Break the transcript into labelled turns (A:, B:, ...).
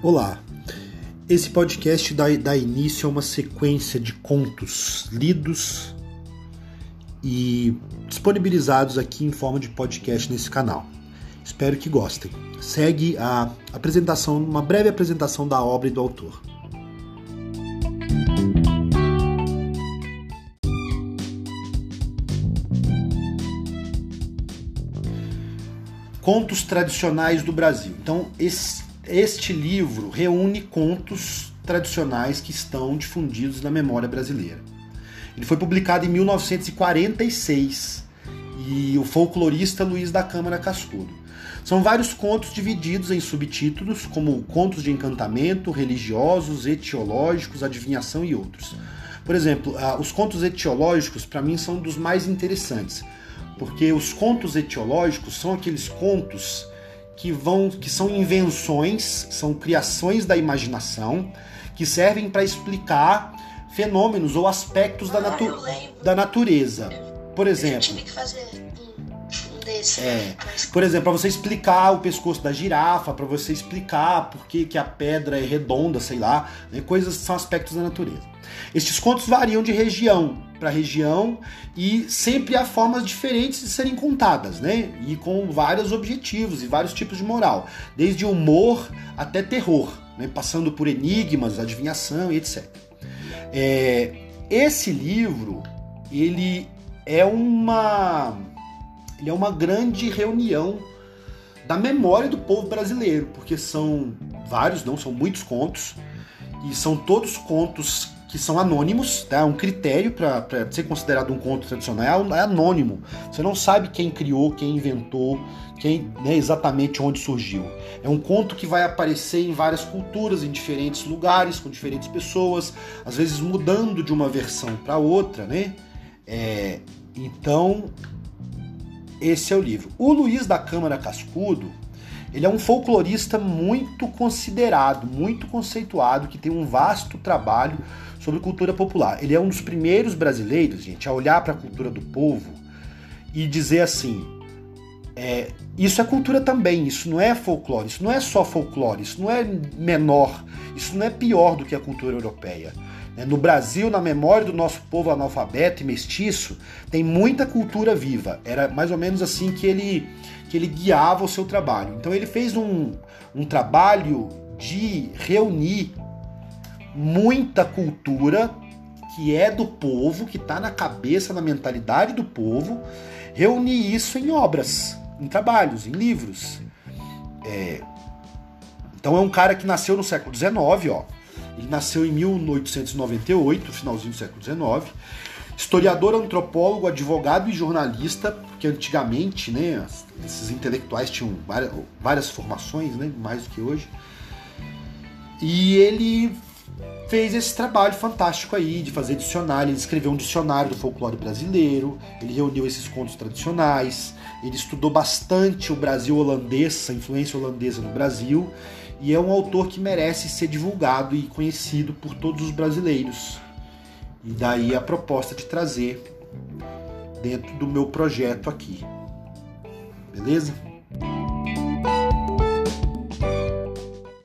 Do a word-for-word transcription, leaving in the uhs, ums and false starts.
A: Olá, esse podcast dá, dá início a uma sequência de contos lidos e disponibilizados aqui em forma de podcast nesse canal. Espero que gostem. Segue a apresentação, uma breve apresentação da obra e do autor. Contos tradicionais do Brasil. Então, esse, este livro reúne contos tradicionais que estão difundidos na memória brasileira. Ele foi publicado em mil novecentos e quarenta e seis e o folclorista Luiz da Câmara Cascudo. São vários contos divididos em subtítulos, como contos de encantamento, religiosos, etiológicos, adivinhação e outros. Por exemplo, os contos etiológicos, para mim, são dos mais interessantes, porque os contos etiológicos são aqueles contos que, vão, que são invenções, são criações da imaginação, que servem para explicar fenômenos ou aspectos da, natu da natureza. Por exemplo, eu tive que fazer um desse, é, por exemplo, para você explicar o pescoço da girafa, para você explicar por que, que a pedra é redonda, sei lá, né, coisas que são aspectos da natureza. Estes contos variam de região para região e sempre há formas diferentes de serem contadas, né? E com vários objetivos e vários tipos de moral, desde humor até terror, né? Passando por enigmas, adivinhação e etcétera. É, esse livro, ele é uma, ele é uma grande reunião da memória do povo brasileiro, porque são vários, não, são muitos contos, e são todos contos que são anônimos, tá? Um critério para ser considerado um conto tradicional é anônimo. Você não sabe quem criou, quem inventou, quem, né, exatamente onde surgiu. É um conto que vai aparecer em várias culturas, em diferentes lugares, com diferentes pessoas, às vezes mudando de uma versão para outra, né? É, então, esse é o livro. O Luiz da Câmara Cascudo, ele é um folclorista muito considerado, muito conceituado, que tem um vasto trabalho sobre cultura popular. Ele é um dos primeiros brasileiros, gente, a olhar para a cultura do povo e dizer assim, é, isso é cultura também, isso não é folclore, isso não é só folclore, isso não é menor, isso não é pior do que a cultura europeia. No Brasil, na memória do nosso povo analfabeto e mestiço, tem muita cultura viva. Era mais ou menos assim que ele, que ele guiava o seu trabalho. Então ele fez um, um trabalho de reunir muita cultura que é do povo, que está na cabeça, na mentalidade do povo, reunir isso em obras, em trabalhos, em livros. É... Então é um cara que nasceu no século dezenove, ó. Ele nasceu em mil oitocentos e noventa e oito, finalzinho do século dezenove. Historiador, antropólogo, advogado e jornalista, porque antigamente, né, esses intelectuais tinham várias, várias formações, né, mais do que hoje. E ele fez esse trabalho fantástico aí de fazer dicionário. Ele escreveu um dicionário do folclore brasileiro, ele reuniu esses contos tradicionais, ele estudou bastante o Brasil holandês, a influência holandesa no Brasil, e é um autor que merece ser divulgado e conhecido por todos os brasileiros. E daí a proposta de trazer dentro do meu projeto aqui. Beleza?